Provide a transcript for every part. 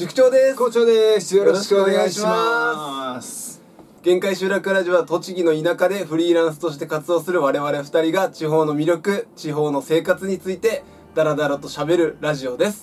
塾長です。 校長です。よろしくお願いします。 限界集落ラジオは栃木の田舎でフリーランスとして活動する我々2人が地方の魅力、地方の生活についてダラダラと喋るラジオです。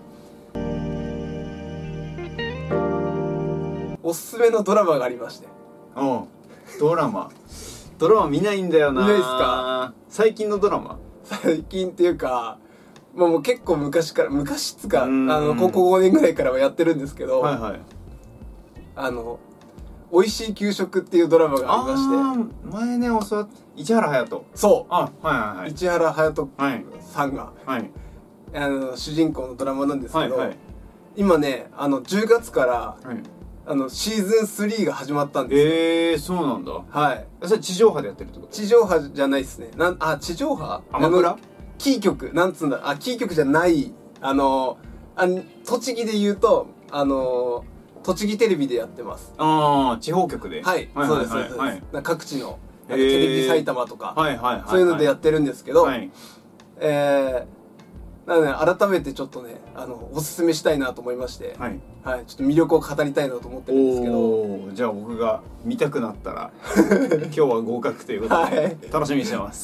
おすすめのドラマがありまして。 ドラマ見ないんだよな。 見ないっすか？ 最近のドラマ？ 最近っていうか、もう結構昔っつうか高校5年ぐらいからはやってるんですけど、 はいはい。 美味しい給食っていうドラマがありまして、 前ね市原隼人。 そう。 はいはいはい。 市原隼人さんが、 はい、 主人公のドラマなんですけど、 はいはい、 今ね10月から、 はい、 シーズン3が始まったんですよ。 そうなんだ。 はい。 それ地上波でやってるってこと？ 地上波じゃないですね。地上波？ アマプラ？ キー局なんつうんだ。キー局じゃない。栃木で言うと栃木テレビでやってます。 地方局で。 はい。そうですそうです。各地のテレビ埼玉とか、そういうのでやってるんですけど、なので改めてちょっとねおすすめしたいなと思いまして、はい、ちょっと魅力を語りたいなと思ってるんですけど、 じゃあ僕が見たくなったら今日は合格ということで、楽しみにしてます。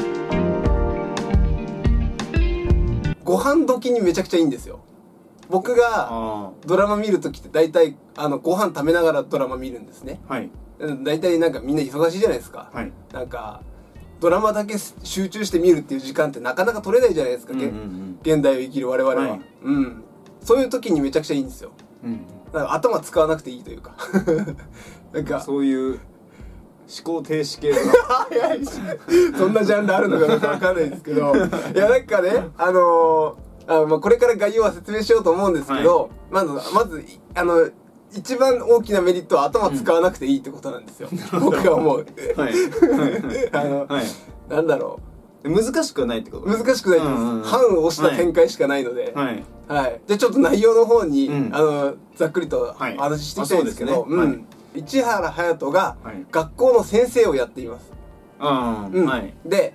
ご飯時にめちゃくちゃいいんですよ。僕がドラマ見るときって大体ご飯食べながらドラマ見るんですね。はい。大体なんかみんな忙しいじゃないですか。はい。なんかドラマだけ集中して見るっていう時間ってなかなか取れないじゃないですか。現代を生きる我々は。はい、うん。そういう時にめちゃくちゃいいんですよ。うん。だから頭使わなくていいというか。なんかそういう思考停止系そんなジャンルあるのかどうかわかんないですけど、いやなんかねこれから概要は説明しようと思うんですけど、まず一番大きなメリットは頭使わなくていいってことなんですよ。僕が思う。なんだろう。 難しくはないってこと？ 難しくないです。半を押した展開しかないので。はい。じゃあちょっと内容の方にざっくりと話していきたいんですけど、市原隼人が学校の先生をやっています。で、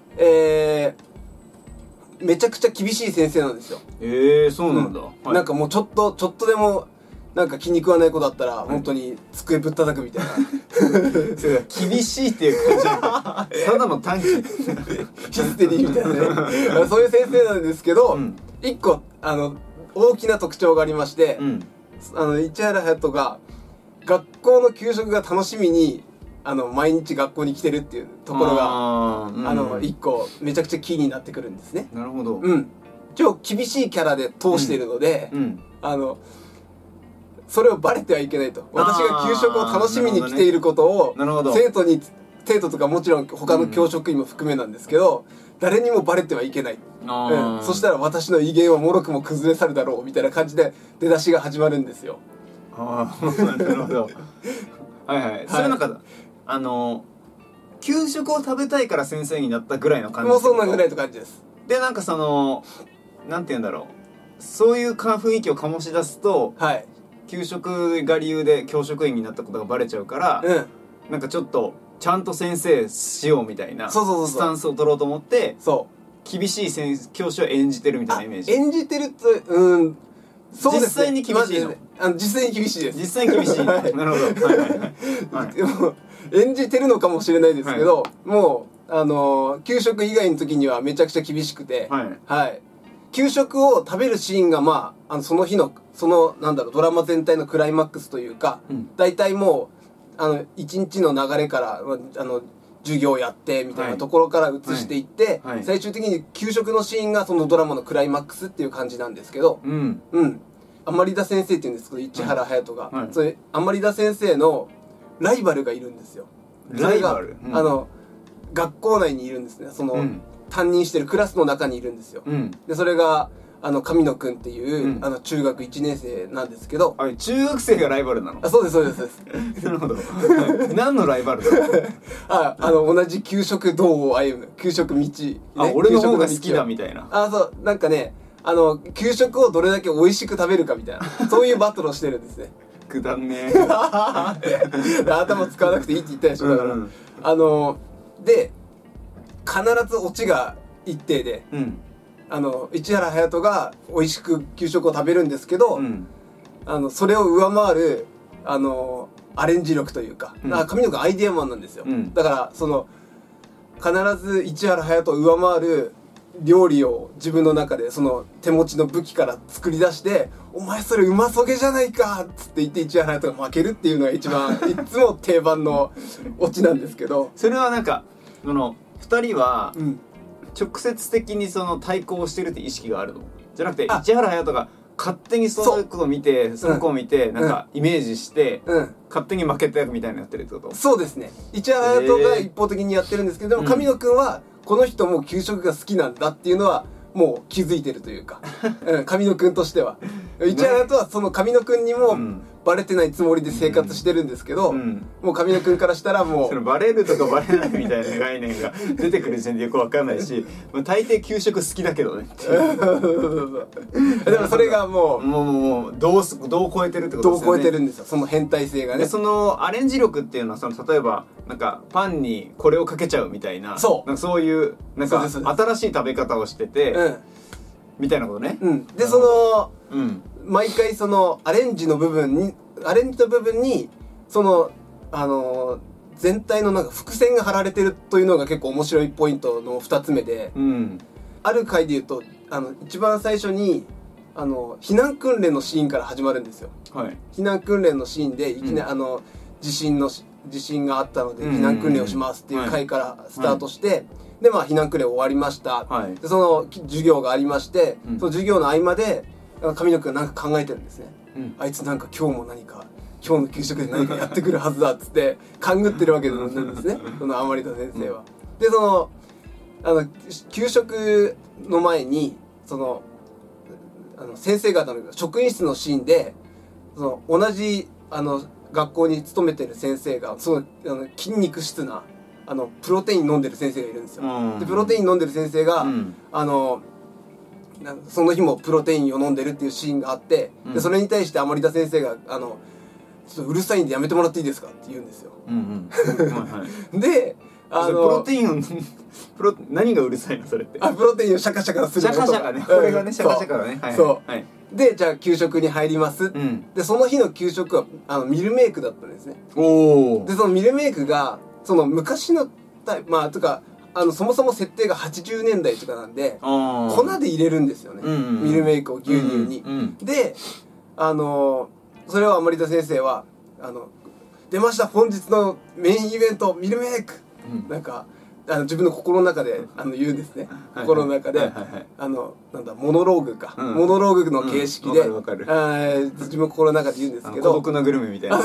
めちゃくちゃ厳しい先生なんですよ。 そうなんだ。 なんかもうちょっとでもなんか気に食わない子だったら本当に机ぶったたくみたいな。 厳しいっていう感じ。ただの短気。 ヒステリーみたいなね。そういう先生なんですけど、一個大きな特徴がありまして、市原隼人が学校の給食が楽しみに毎日学校に来てるっていうところが一個めちゃくちゃキーになってくるんですね。 なるほど。 超厳しいキャラで通しているので、それをバレてはいけないと。私が給食を楽しみに来ていることを生徒とかもちろん他の教職員も含めなんですけど、誰にもバレてはいけない。そしたら私の威厳はもろくも崩れ去るだろうみたいな感じで出だしが始まるんですよ。 なるほど。それなんか給食を食べたいから先生になったぐらいの感じ。 もうそんなぐらいの感じです。 でなんかなんて言うんだろう、そういう雰囲気を醸し出すと、給食が理由で教職員になったことがバレちゃうから、なんかちょっとちゃんと先生しようみたいなスタンスを取ろうと思って、厳しい教師を演じてるみたいなイメージ。 演じてるとそうですね。 実際に厳しいの？ 実際に厳しいです。 実際に厳しい。なるほど。 でも演じてるのかもしれないですけど、もう給食以外の時にはめちゃくちゃ厳しくて、給食を食べるシーンがその日のドラマ全体のクライマックスというか、大体もう一日の流れから授業やってみたいなところから移していって、最終的に給食のシーンがそのドラマのクライマックスっていう感じなんですけど、甘利田先生っていうんですけど、市原隼人が、それ甘利田先生のライバルがいるんですよ。 ライバル？ 学校内にいるんですね。担任してるクラスの中にいるんですよ。でそれが神野くんっていう中学1年生なんですけど、 中学生がライバルなの？ そうですそうですなるほど。何のライバルだ？ 同じ給食道を歩む、給食道、 俺の方が好きだみたいな。 そうなんかね、給食をどれだけ美味しく食べるかみたいな、そういうバトルをしてるんですね。 くだんね頭使わなくていいって言ったでしょ。だからで必ずオチが一定で、 市原隼人が美味しく給食を食べるんですけど、それを上回るアレンジ力というか、上野くんアイデアマンなんですよ、だから必ず市原隼人を上回る料理を自分の中でその手持ちの武器から作り出して「お前それうまそげじゃないか」っつって言って市原隼人が負けるっていうのが一番いつも定番のオチなんですけど、 それはなんか2人は直接的にその対抗してるって意識があるのじゃなくて、市原隼人が勝手にそういうことを見てその子を見てなんかイメージして、勝手に負けたみたいになってるってこと？ そうですね。市原隼人が一方的にやってるんですけど、でも上野くんはこの人も給食が好きなんだっていうのはもう気づいてるというか、上野くんとしては市原隼人はその上野くんにもバレてないつもりで生活してるんですけど、もう上野くんからしたらもうそのバレるとかバレないみたいな概念が出てくる時点でよく分かんないし、大抵給食好きだけどねってでもそれがもうどう超えてるってことですよね。 どう超えてるんですよ、その変態性がね。 でそのアレンジ力っていうのは例えばなんかパンにこれをかけちゃうみたいな、なんかそういうなんか新しい食べ方をしてて、みたいなことね。 で毎回そのアレンジの部分にその全体のなんか伏線が張られてるというのが結構面白いポイントの2つ目で、ある回で言うと一番最初に避難訓練のシーンから始まるんですよ。避難訓練のシーンでいきなり地震があったので避難訓練をしますっていう回からスタートして、で避難訓練終わりました、でその授業がありまして、その授業の合間で上野くんが何か考えてるんですね、あいつなんか今日の給食で何かやってくるはずだっつって勘ぐってるわけなんですねその甘利田先生は。で給食の前に先生方の職員室のシーンで同じ学校に勤めてる先生が筋肉質なプロテイン飲んでる先生がいるんですよ。でプロテイン飲んでる先生が、その日もプロテインを飲んでるっていうシーンがあって、でそれに対して甘利田先生がちょっとうるさいんでやめてもらっていいですかって言うんですよ。でプロテインを何がうるさいのそれって。 プロテインをシャカシャカする音。 シャカシャカね。これがねシャカシャカだね。 そう。でじゃあ給食に入ります。でその日の給食はミルメイクだったんですね。でそのミルメイクが昔のとかそもそも設定が80年代とかなんで粉で入れるんですよね、ミルメイクを牛乳に。でそれを甘利田先生は出ました本日のメインイベントミルメイク、なんか自分の心の中で言うんですね。心の中でなんだモノローグか、モノローグの形式で自分の心の中で言うんですけど、 孤独なグルメみたいな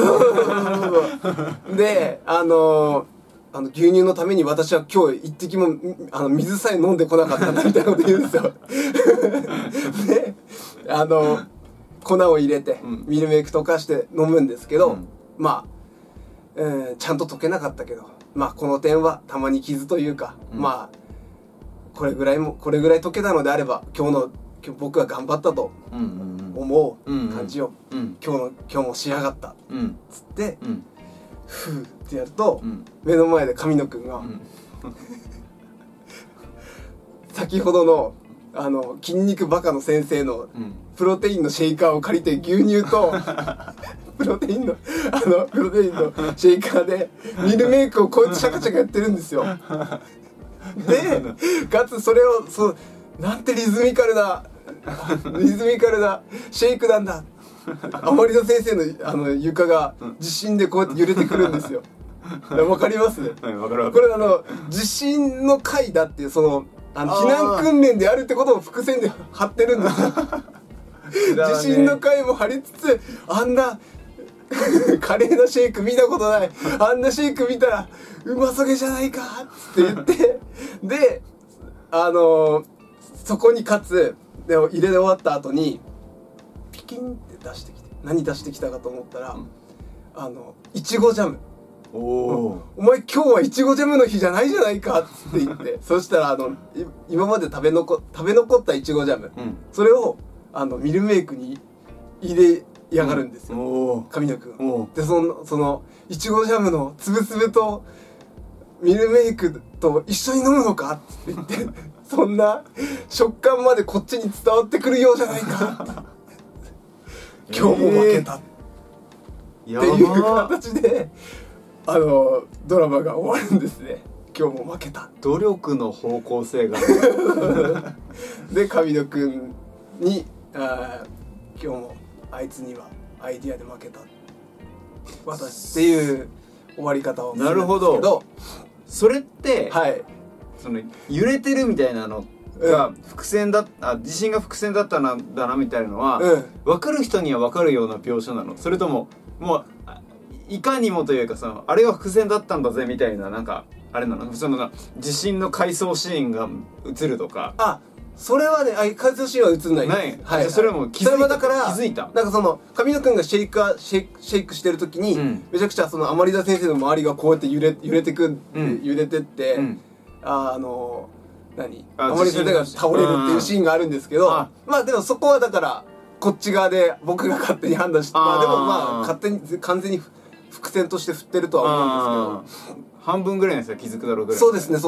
で牛乳のために私は今日一滴も水さえ飲んでこなかったんだみたいなこと言うんですよで粉を入れてミルメイク溶かして飲むんですけど、ちゃんと溶けなかったけどこの点はたまに傷というか、これぐらい溶けたのであれば今日僕は頑張ったと思う感じを、今日も仕上がったつって、ふーってやると、目の前で上野くんが、先ほどの筋肉バカの先生のプロテインのシェイカーを借りて牛乳とプロテインのシェイカーでミルメイクをこうやってシャカシャカやってるんですよ。でかつそれをなんてリズミカルなシェイクなんだ。甘利田先生の床が地震でこうやって揺れてくるんですよ。わかりますね。 わかる。 これ地震の回だっていう避難訓練であるってことを伏線で貼ってるんですよ。地震の回も貼りつつあんな華麗なシェイク見たことない、あんなシェイク見たらうまそげじゃないかって言ってでそこにかつで入れ終わった後にピキンって出してきて、何出してきたかと思ったらいちごジャム。お前今日はいちごジャムの日じゃないじゃないかって言ってそしたら今まで食べ残ったいちごジャム、それをミルメイクに入れやがるんですよ、上野くん。でそのいちごジャムのつぶつぶとミルメイクと一緒に飲むのかって言ってそんな食感までこっちに伝わってくるようじゃないか今日も負けた、っていう形でドラマが終わるんですね。今日も負けた。 努力の方向性がで神野くんに今日もあいつにはアイディアで負けた私っていう終わり方をするんですけど。なるほど。 それって、 はい、 その揺れてるみたいなのが伏線だ地震が伏線だったんだなみたいなのは、分かる人には分かるような描写なの？それとももういかにもというかあれは伏線だったんだぜみたいななんかあれなの？地震の回想シーンが映るとか。 あ、それはね、回想シーンは映んない。 ない。はい。それはもう気づいた。 だから気づいた。なんか神野くんがシェイクしてる時に、めちゃくちゃ甘利田先生の周りがこうやって揺れてって、甘利先生が倒れるっていうシーンがあるんですけど、まあでもそこはだからこっち側で僕が勝手に判断して、まあでも勝手に完全に伏線として振ってるとは思うんですけど、 半分ぐらいの人は気づくだろうぐらい。 そうですね。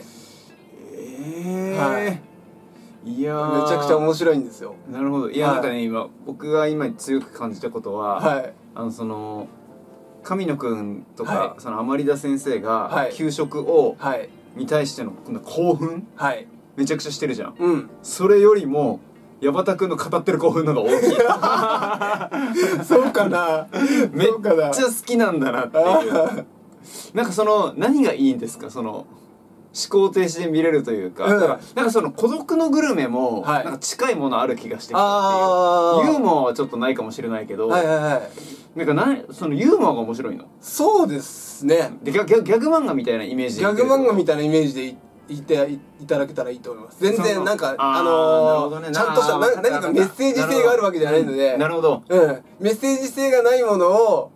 はい。いやめちゃくちゃ面白いんですよ。 なるほど。いや、なんかね、僕が今強く感じたことは、 はい、 神野くんとか、甘利田先生が給食を、に対しての興奮、めちゃくちゃしてるじゃん。それよりも矢端くんの語ってる興奮の方が大きい。そうかな。 めっちゃ好きなんだなっていう。なんか何がいいんですか、思考停止で見れるというか、なんか孤独のグルメも、なんか近いものある気がしてきたっていう。ユーモアはちょっとないかもしれないけど、なんかユーモアが面白いの。 そうですね。 でギャグ漫画みたいなイメージで。 ギャグ漫画みたいなイメージでいただけたらいいと思います。全然なんかちゃんとした何かメッセージ性があるわけじゃないので。 なるほど。 メッセージ性がないものを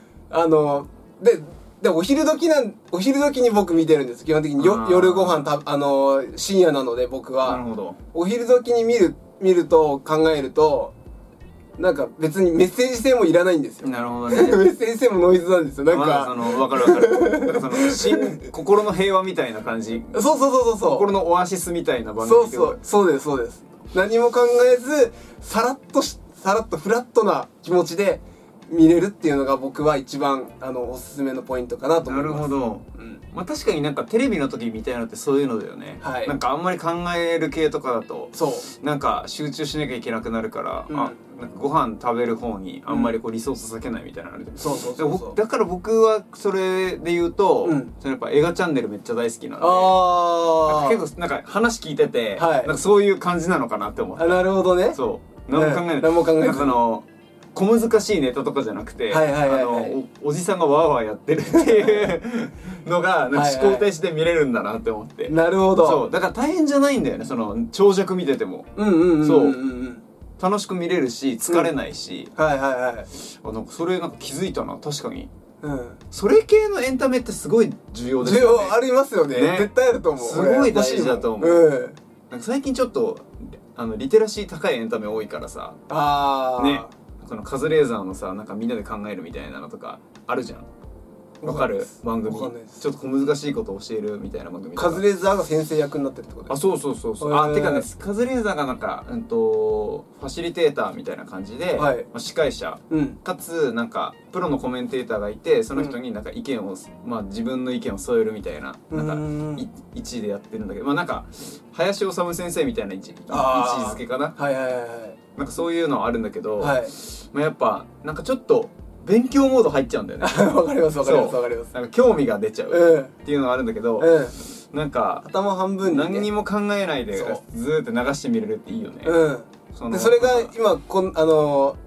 でお昼時に僕見てるんです。基本的に夜ご飯深夜なので僕は。 なるほど。 お昼時に見ると考えるとなんか別にメッセージ性もいらないんですよ。 なるほどね。 メッセージ性もノイズなんですよ。なんかわかる。なんか心の平和みたいな感じ。 そう心のオアシスみたいな番組。 そうです。何も考えずさらっとフラットな気持ちで見れるっていうのが僕は一番おすすめのポイントかなと思います。 なるほど。まあ確かになんかテレビの時みたいなのってそういうのだよね。なんかあんまり考える系とかだとなんか集中しなきゃいけなくなるから、なんかご飯食べる方にあんまりリソース割けないみたいなのある。だから僕はそれで言うと、やっぱ映画チャンネルめっちゃ大好きなんで、結構なんか話聞いてて、なんかそういう感じなのかなって思った。 なるほどね。 そう。何も考えない。小難しいネタとかじゃなくて、おじさんがワーワーやってるっていうのがなんか思考停止で見れるんだなって思って。 なるほど。 そうだから大変じゃないんだよね、長尺見てても。そう楽しく見れるし疲れないし。なんかそれなんか気づいたな。確かにそれ系のエンタメってすごい重要ですよね。 ありますよね。絶対あると思う。 すごい大事だと思う。なんか最近ちょっとリテラシー高いエンタメ多いからさね。カズレーザーのさ、なんかみんなで考えるみたいなのとかあるじゃん。わかる番組。ちょっと小難しいことを教えるみたいな番組。 カズレーザーが先生役になってるってことですか？ そう。てかね、カズレーザーがなんかファシリテーターみたいな感じで、司会者かつなんかプロのコメンテーターがいて、その人になんか意見を自分の意見を添えるみたいななんか位置でやってるんだけど、なんか林修先生みたいな位置づけかな。なんかそういうのはあるんだけど、やっぱなんかちょっと勉強モード入っちゃうんだよね。 わかります。 なんか興味が出ちゃうっていうのがあるんだけど、なんか頭半分に何にも考えないでずーっと流してみれるっていいよね。 でそれが今この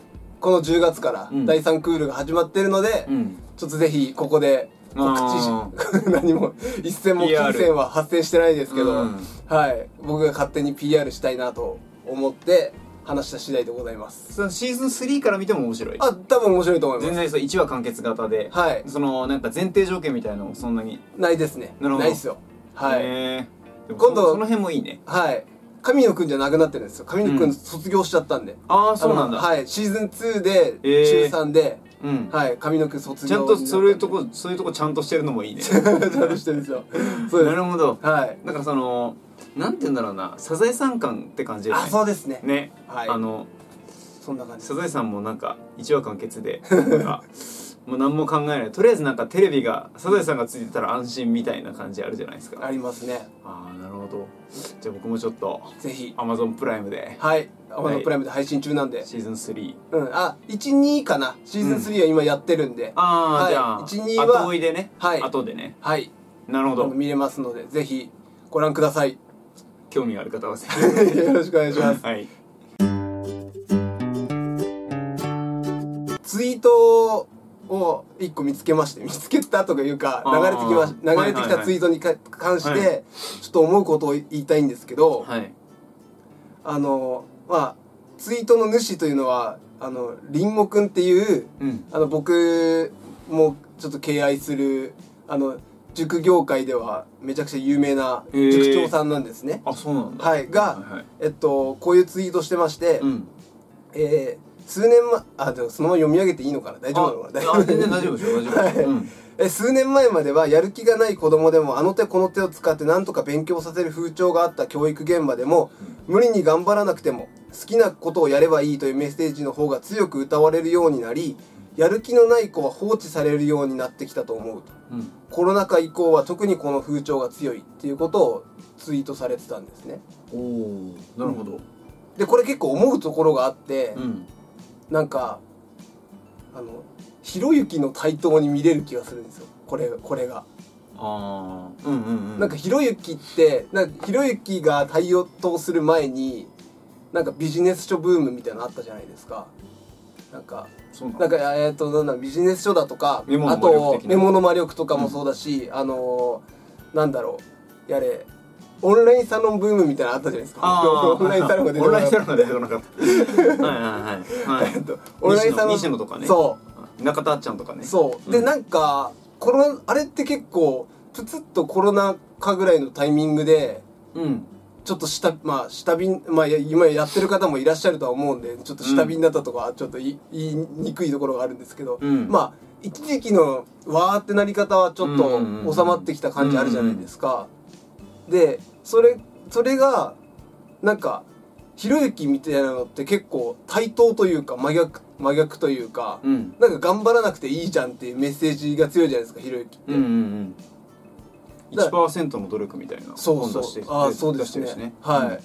10月から第3クールが始まってるので、ちょっとぜひここで告知何も一銭も金銭は発生してないですけど、僕が勝手に PR したいなと思って話した次第でございます。 シーズン3から見ても面白い。 多分面白いと思います。 全然1話完結型で、なんか前提条件みたいなのもそんなにないですね。ないですよ。 今度その辺もいいね。 神野くんじゃなくなってるんですよ。神野くん卒業しちゃったんで。 そうなんだ。 シーズン2で中3で神野くん卒業。 ちゃんとそういうとこちゃんとしてるのもいいね。 ちゃんとしてるんですよ。 なるほど。だからなんて言うんだろうな、サザエさん感って感じで、ね、 そうですね。 ね、 はい、そんな感じ。 サザエさんもなんか1話完結でなんかもう何も考えない、とりあえずなんかテレビがサザエさんがついてたら安心みたいな感じあるじゃないですか。 ありますね。 なるほど。じゃあ僕もちょっとぜひ Amazon プライムで、 はい、Amazon プライムで配信中なんで、 シーズン3、 1,2かな、シーズン3は今やってるんで、 じゃあ1,2は後追いでね、後でね、はい、なるほど、 見れますのでぜひご覧ください。 興味がある方はぜひよろしくお願いします。はい。ツイートを1個見つけたとかいうか、流れてきたツイートに関してちょっと思うことを言いたいんですけど、はい、ツイートの主というのはりんごくんっていう、僕もちょっと敬愛する塾業界ではめちゃくちゃ有名な塾長さんなんですね。 そうなんだ。 はい、が、こういうツイートしてまして、数年前、でもそのまま読み上げていいのかな、大丈夫なのかな。 全然大丈夫ですよ、大丈夫です。 数年前まではやる気がない子供でもあの手この手を使って何とか勉強させる風潮があった教育現場でも、無理に頑張らなくても好きなことをやればいいというメッセージの方が強く歌われるようになり、やる気のない子は放置されるようになってきたと思うと、コロナ禍以降は特にこの風潮が強いっていうことをツイートされてたんですね。 なるほど。 でこれ結構思うところがあって、なんかひろゆきの台頭に見れる気がするんですよ、これが。なんかひろゆきってひろゆきが台頭する前になんかビジネス書ブームみたいなのあったじゃないですか。なんかビジネス書だとか、あとメモの魔力とかもそうだし、なんだろう、オンラインサロンブームみたいなのあったじゃないですか。オンラインサロンが出てこなかった。オンラインサロン西野とかね、 そう中田あっちゃんとかね。 そうで、なんかあれって結構プツッとコロナ禍ぐらいのタイミングで、ちょっと下火、今やってる方もいらっしゃるとは思うんで、ちょっと下火になったとかちょっと言いにくいところがあるんですけど、一時期のわーってなり方はちょっと収まってきた感じあるじゃないですか。でそれがなんかひろゆきみたいなのって結構対等というか真逆というか、なんか頑張らなくていいじゃんっていうメッセージが強いじゃないですか、ひろゆきって。 1% の努力みたいな本出してそうですね。はい。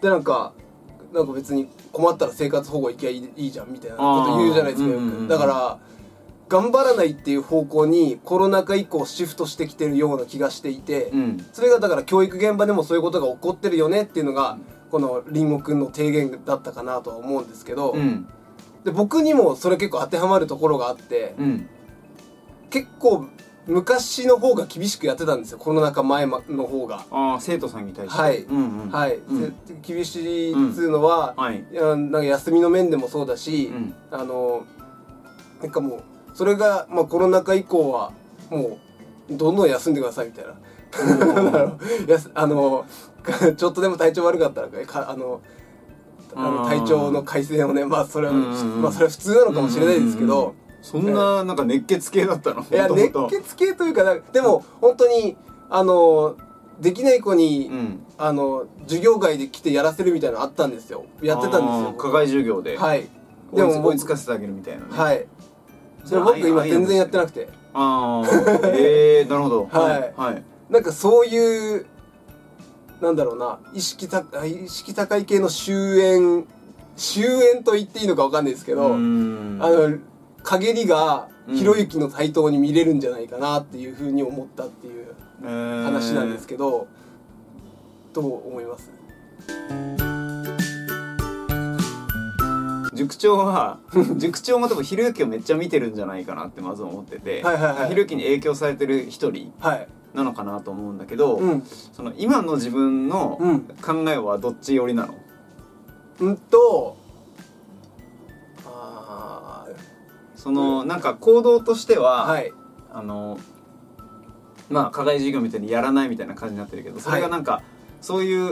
でなんか別に困ったら生活保護行きゃいいじゃんみたいなこと言うじゃないですか、よく。だから頑張らないっていう方向にコロナ禍以降シフトしてきてるような気がしていて、それがだから教育現場でもそういうことが起こってるよねっていうのがこのりんごくんの提言だったかなとは思うんですけど、で僕にもそれ結構当てはまるところがあって、結構昔の方が厳しくやってたんですよ、コロナ禍前の方が。 生徒さんに対して。 はい、厳しいっていうのは、なんか休みの面でもそうだし、なんかもうそれが、コロナ禍以降はもうどんどん休んでくださいみたいなちょっとでも体調悪かったら体調の改善をね、それは普通なのかもしれないですけど、 そんななんか熱血系だったの？ いや熱血系というか、でも本当にできない子に、授業外で来てやらせるみたいなのあったんですよ。やってたんですよ、 課外授業で。 はい。 でも追いつかせてあげるみたいなね。 はい。それ僕今全然やってなくて。 なるほど。 はい。なんかそういうなんだろうな、意識高い系の終焉と言っていいのか分かんないですけど、陰りがひろゆきの台頭に見れるんじゃないかなっていうふうに思ったっていう話なんですけど、どう思います？ 塾長も多分ひろゆきをめっちゃ見てるんじゃないかなってまず思ってて、ひろゆきに影響されてる一人なのかなと思うんだけど、その今の自分の考えはどっち寄りなの？そのなんか行動としては、課外授業みたいにやらないみたいな感じになってるけど、それがなんかそういう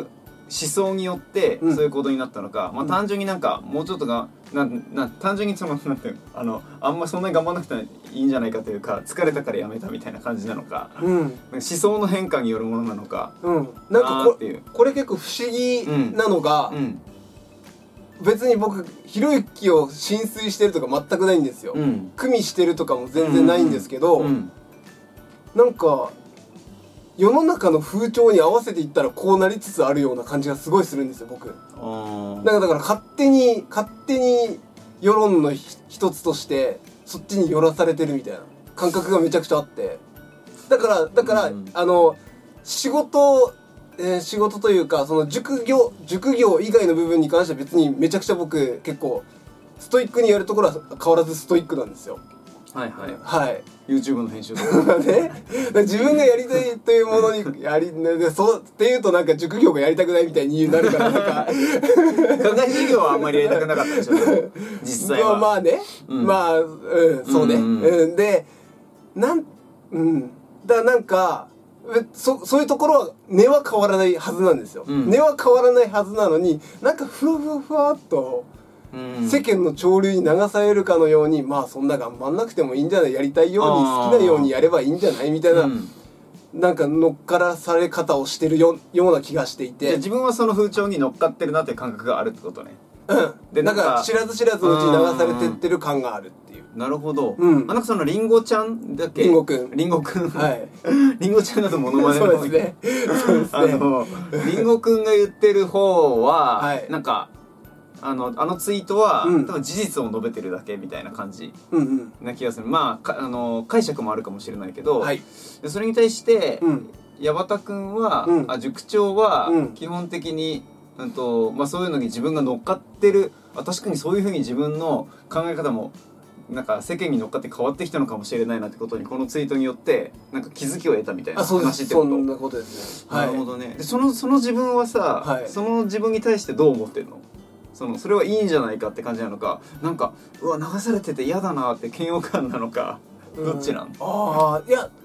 想によってそういう行動になったのか、まあ単純になんかもうちょっとが単純にそのなんていうあんまそんなに頑張らなくていいんじゃないかというか、疲れたからやめたみたいな感じなのか、思想の変化によるものなのか、 なんかこれ結構不思議なのが、別に僕ひろゆきを浸水してるとか全くないんですよ、組みしてるとかも全然ないんですけど、なんか世の中の風潮に合わせていったらこうなりつつあるような感じがすごいするんですよ僕。だから勝手に世論の一つとしてそっちに寄らされてるみたいな感覚がめちゃくちゃあって、だから仕事というかその塾業以外の部分に関しては別にめちゃくちゃ僕結構ストイックにやるところは変わらずストイックなんですよ。 はいはいはい。 YouTube の編集とかね、自分がやりたいというものにそうっていうとなんか塾業がやりたくないみたいになるからなんか課外授業はあんまりやりたくなかったでしょ実際は。 まあね、そうね、でだからなんかそういうところは根は変わらないはずなんですよ、根は変わらないはずなのになんかふわっと世間の潮流に流されるかのように、まあそんな頑張んなくてもいいんじゃない、やりたいように好きなようにやればいいんじゃないみたいな、なんか乗っからされ方をしてるような気がしていて、 自分はその風潮に乗っかってるなっていう感覚があるってことね。 でなんか知らず知らずのうちに流されてってる感があるっていう。 なるほど。なんかそのリンゴちゃんだっけ？リンゴくん。はい。リンゴちゃんだとモノマネのそうですね。 リンゴくんが言ってる方は、なんかあのツイートは、多分事実を述べてるだけみたいな感じな気がする。まあ解釈もあるかもしれないけど、でそれに対して矢端くんは、塾長は基本的にまあそういうのに自分が乗っかってる、確かにそういうふうに自分の考え方もなんか世間に乗っかって変わってきたのかもしれないなってことにこのツイートによってなんか気づきを得たみたいな話ってこと。 そんなことですね。 なるほどね。でその自分はさ、その自分に対してどう思ってんの？それはいいんじゃないかって感じなのか、なんかうわ流されてて嫌だなって嫌悪感なのか、どっちなの？ いや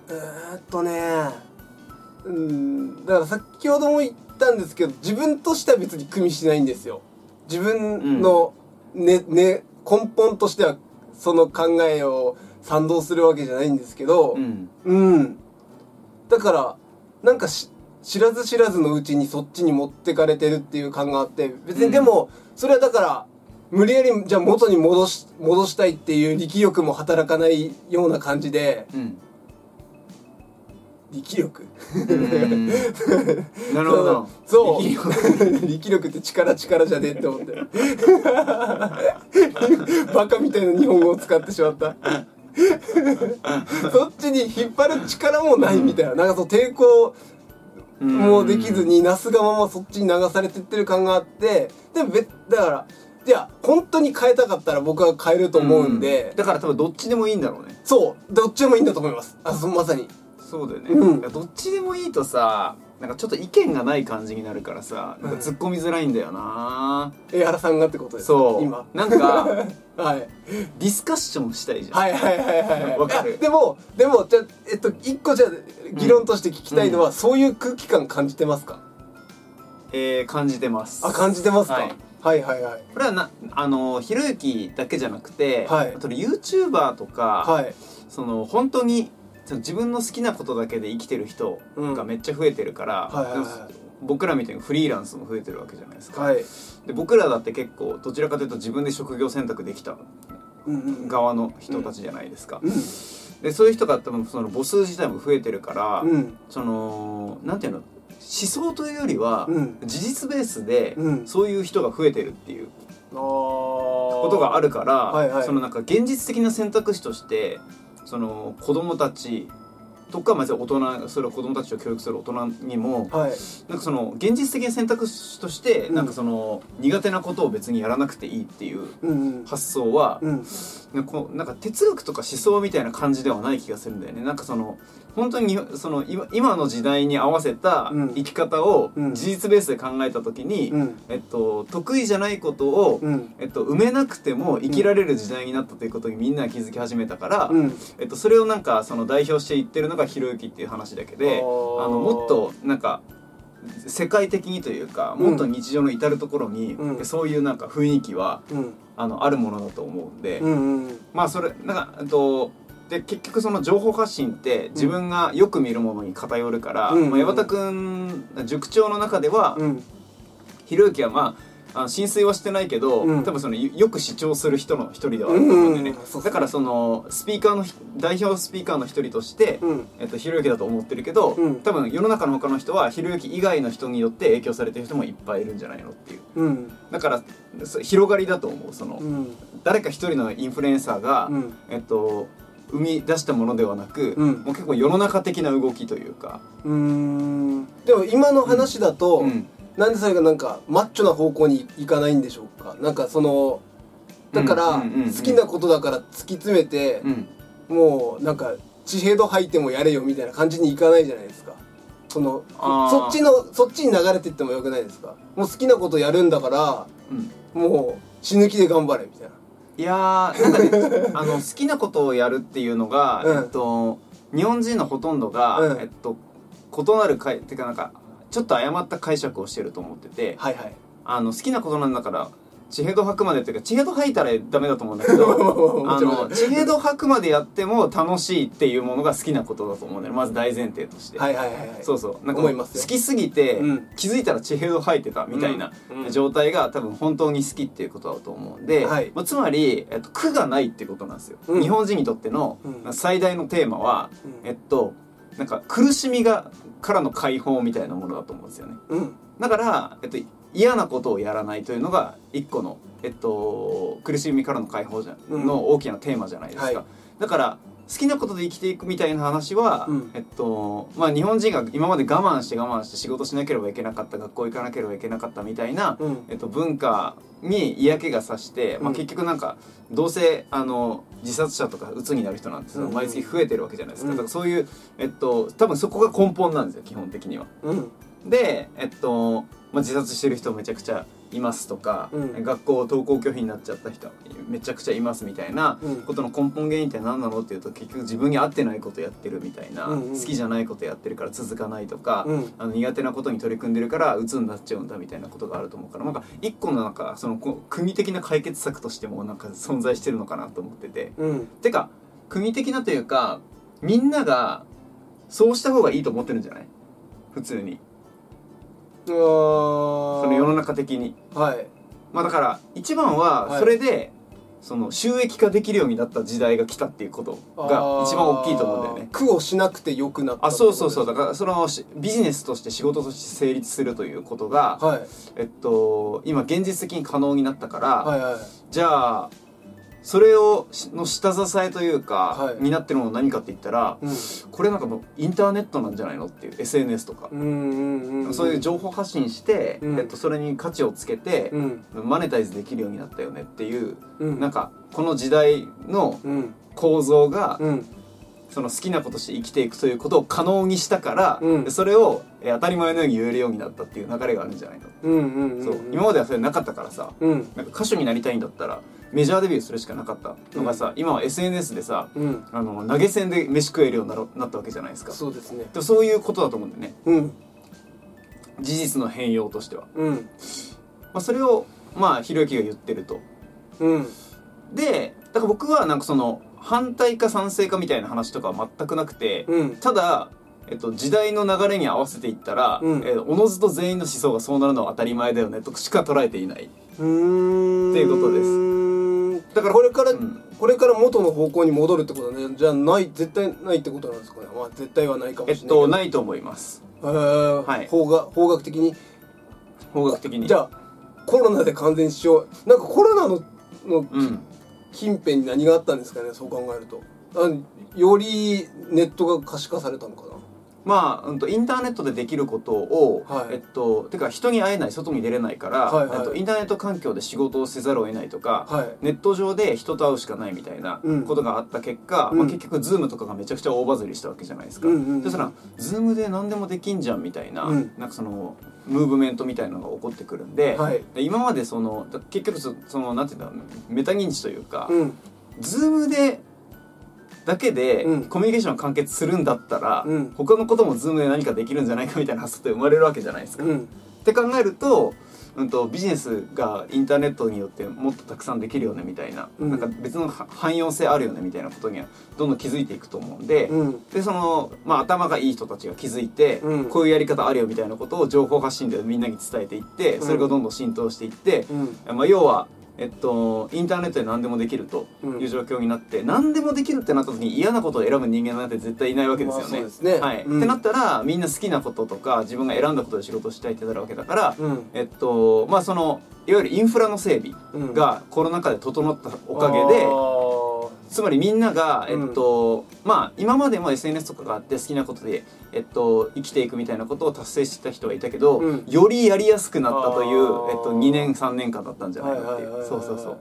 だから先ほども言ったんですけど、自分としては別に組みしないんですよ。自分の根本としてはその考えを賛同するわけじゃないんですけど、だからなんか知らず知らずのうちにそっちに持ってかれてるっていう感があって、別にでもそれはだから無理やりじゃあ元に戻したいっていう力力も働かないような感じで、力力なるほど。 そう力力って力じゃねえって思ってバカみたいな日本語を使ってしまったそっちに引っ張る力もないみたいな、なんかそう抵抗もうできずになすがままそっちに流されてってる感があって、でもだからいや本当に変えたかったら僕は変えると思うんで、 だから多分どっちでもいいんだろうね。 そうどっちでもいいんだと思います。まさにそうだよね、どっちでもいいとさ、なんかちょっと意見がない感じになるからさ、なんか突っ込みづらいんだよな。 江原さんがってことですか？ そう今なんかディスカッションしたいじゃん。わかる。 でもじゃあ一個じゃ議論として聞きたいのは、そういう空気感感じてますか？ 感じてます。 感じてますか？はいこれはひろゆきだけじゃなくて、あと YouTuber とか、その本当に自分の好きなことだけで生きてる人がめっちゃ増えてるから、僕らみたいにフリーランスも増えてるわけじゃないですか。で僕らだって結構どちらかというと自分で職業選択できた側の人たちじゃないですか。でそういう人が多分その母数自体も増えてるから、そのなんていうの、思想というよりは事実ベースでそういう人が増えてるっていうことがあるから、そのなんか現実的な選択肢としてその子供たちとか、まず大人、それは子供たちを教育する大人にも、なんかその現実的な選択肢として、なんかその苦手なことを別にやらなくていいっていう発想は、なんか哲学とか思想みたいな感じではない気がするんだよね。なんかその本当にその今の時代に合わせた生き方を事実ベースで考えた時に、得意じゃないことを、埋めなくても生きられる時代になったということにみんなが気づき始めたから、それをなんかその代表して言ってるのがひろゆきっていう話だけで、もっとなんか世界的にというかもっと日常の至るところに、そういうなんか雰囲気は、あるものだと思うんで、まあそれなんかで結局その情報発信って自分がよく見るものに偏るから、まあ、矢端くん塾長の中では、ひろゆきはまあ浸水はしてないけど、多分そのよく主張する人の一人ではあると思うんでね、だからそのスピーカーの代表スピーカーの一人として、ひろゆきだと思ってるけど、多分世の中の他の人はひろゆき以外の人によって影響されてる人もいっぱいいるんじゃないのっていう、だから広がりだと思う。その、誰か一人のインフルエンサーが、生み出したものではなく、もう結構世の中的な動きというか。 でも今の話だと、なんでそれがなんかマッチョな方向にいかないんでしょうか。なんかそのだから好きなことだから突き詰めて、もうなんか地平道吐いてもやれよみたいな感じにいかないじゃないですか。そっちに流れていってもよくないですか。もう好きなことやるんだから、もう死ぬ気で頑張れみたいな。 いやーなんかね好きなことをやるっていうのが、日本人のほとんどが、異なるっていうかなんかちょっと誤った解釈をしてると思ってて、好きなことなんだから地平道吐くまでっていうか、地平道吐いたらダメだと思うんだけど地平道吐くまでやっても楽しいっていうものが好きなことだと思うんだよ、まず大前提として。そうそうなんか好きすぎて、気づいたら地平道吐いてたみたいな状態が多分本当に好きっていうことだと思うんで、つまり、苦がないってことなんですよ、日本人にとっての最大のテーマは、なんか苦しみからの解放みたいなものだと思うんですよね、だから、嫌なことをやらないというのが一個の、苦しみからの解放の大きなテーマじゃないですか、だから好きなことで生きていくみたいな話は、まあ日本人が今まで我慢して仕事しなければいけなかった、学校行かなければいけなかったみたいな、文化に嫌気がさして、まあ、結局なんかどうせ自殺者とか鬱になる人なんて毎月増えてるわけじゃないですか、だからそういう多分そこが根本なんですよ基本的には。でまあ、自殺してる人めちゃくちゃいますとか、学校登校拒否になっちゃった人めちゃくちゃいますみたいなことの根本原因って何なのっていうと、結局自分に合ってないことやってるみたいな、好きじゃないことやってるから続かないとか、苦手なことに取り組んでるから鬱になっちゃうんだみたいなことがあると思うから、なんか一個のなんかその組的な解決策としてもなんか存在してるのかなと思ってて、てか組的なというかみんながそうした方がいいと思ってるんじゃない？普通に。その世の中的に、まあだから一番はそれで、その収益化できるようになった時代が来たっていうことが一番大きいと思うんだよね。 苦をしなくてよくなった。 そうだからそのビジネスとして仕事として成立するということが、今現実的に可能になったから、じゃあそれの下支えというか、になってるもの何かって言ったら、これなんかもうインターネットなんじゃないのっていう SNS とか、そういう情報発信して、それに価値をつけて、マネタイズできるようになったよねっていう、なんかこの時代の構造が、その好きなことして生きていくということを可能にしたから、それを当たり前のように言えるようになったっていう流れがあるんじゃないの。そう今まではそれなかったからさ、なんか歌手になりたいんだったらメジャーデビューするしかなかったのがさ、今は SNS でさ、投げ銭で飯食えるようになったわけじゃないですか。 そうですね。 そういうことだと思うんだよね、事実の変容としては、まあ、それをまあひろゆきが言ってると、でだから僕はなんかその反対か賛成かみたいな話とかは全くなくて、ただ時代の流れに合わせていったら、おのずと全員の思想がそうなるのは当たり前だよねとしか捉えていないっていうことです。 だからこれから元の方向に戻るってことはね、じゃあ絶対ないってことなんですかね。まあ絶対はないかもしれないけど、 ないと思います。 法学的にじゃあコロナで完全しよう。なんかコロナの近辺に何があったんですかね、そう考えると。よりネットが可視化されたのかな。 まあ、インターネットでできることを、てか人に会えない、外に出れないから、インターネット環境で仕事をせざるを得ないとか、ネット上で人と会うしかないみたいなことがあった結果、まあ、結局 Zoom とかがめちゃくちゃ大バズりしたわけじゃないですか。でそら Zoom で何でもできんじゃんみたいな、なんかそのムーブメントみたいなのが起こってくるんで、今までその結局そのなんていうんだろう、メタ認知というか、Zoom でだけでコミュニケーション完結するんだったら、他のことも Zoom で何かできるんじゃないかみたいな発想って生まれるわけじゃないですか。って考えると、ビジネスがインターネットによってもっとたくさんできるよねみたいな、なんか別の汎用性あるよねみたいなことにはどんどん気づいていくと思うんで、でその、頭がいい人たちが気づいて、こういうやり方あるよみたいなことを情報発信でみんなに伝えていって、それがどんどん浸透していって、要はインターネットで何でもできるという状況になって、何でもできるってなった時に嫌なことを選ぶ人間なんて絶対いないわけですよね。 そうですね。 はい。ってなったらみんな好きなこととか自分が選んだことで仕事をしたいってなるわけだから、そのいわゆるインフラの整備がコロナ禍で整ったおかげで、つまりみんなが今までも SNS とかがあって好きなことで生きていくみたいなことを達成してた人はいたけど、よりやりやすくなったという2年3年間だったんじゃないかっていう。そうそうそう。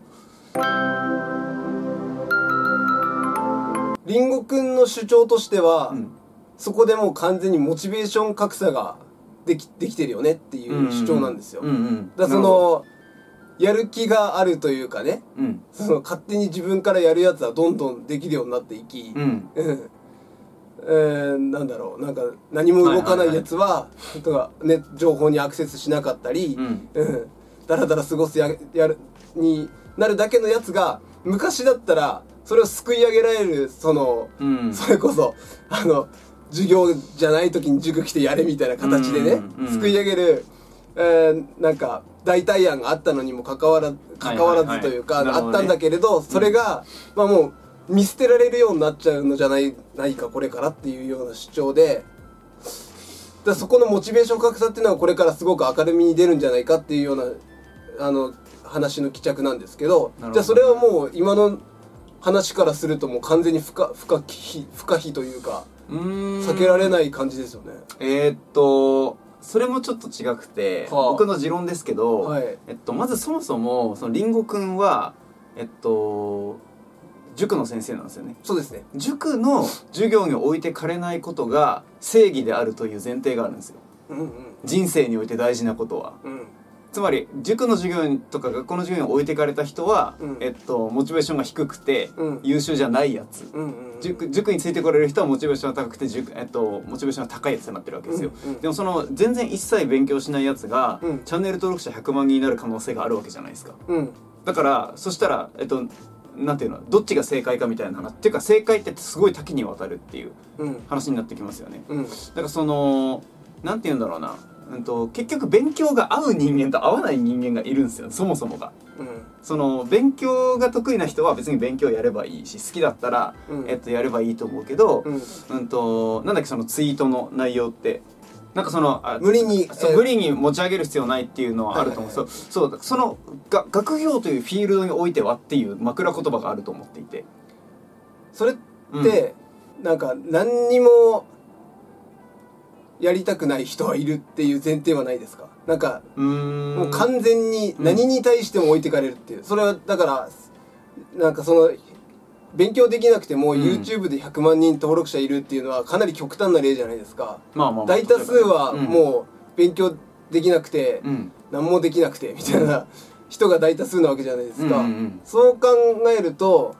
りんごくんの主張としては、そこでもう完全にモチベーション格差ができてるよねっていう主張なんですよ。だからそのやる気があるというかね、その勝手に自分からやるやつはどんどんできるようになっていき、なんだろう、なんか何も動かないやつは、情報にアクセスしなかったり、だらだら過ごすになるだけのやつが、昔だったらそれをすくい上げられる、それこそ授業じゃない時に塾来てやれみたいな形でね、すくい上げる、なんか代替案があったのにもかかわらずというか、あったんだけれど、それがもう見捨てられるようになっちゃうのじゃないかこれからっていうような主張で、そこのモチベーション格差っていうのはこれからすごく明るみに出るんじゃないかっていうような話の帰着なんですけど、じゃあそれはもう今の話からするともう完全に不可避というか避けられない感じですよね。 それもちょっと違くて、僕の持論ですけど、まずそもそもそのりんごくんは塾の先生なんですよね。 そうですね。 塾の授業に置いてかれないことが正義であるという前提があるんですよ。人生において大事なことは。つまり塾の授業とか学校の授業に置いてかれた人は、モチベーションが低くて、優秀じゃないやつ、塾についてこれる人はモチベーションが高くてモチベーションが高いやつになってるわけですよ。でもその全然一切勉強しないやつが、チャンネル登録者100万人になる可能性があるわけじゃないですか。だからそしたらなんていうの、どっちが正解かみたいな話っていうか、正解ってすごい多岐にわたるっていう話になってきますよね。だからなんていうんだろうな、結局勉強が合う人間と合わない人間がいるんですよ、そもそもが。その勉強が得意な人は別に勉強やればいいし、好きだったら、やればいいと思うけど、なんだっけ、そのツイートの内容ってなんか無理に持ち上げる必要ないっていうのはあると思う。その学業というフィールドにおいてはっていう枕言葉があると思っていて、 それって、なんか何にもやりたくない人はいるっていう前提はないですか？なんかもう完全に何に対しても置いてかれるっていう、それはだからなんか勉強できなくても YouTube で100万人登録者いるっていうのはかなり極端な例じゃないですか。大多数はもう勉強できなくて、何もできなくてみたいな人が大多数なわけじゃないですか。そう考えると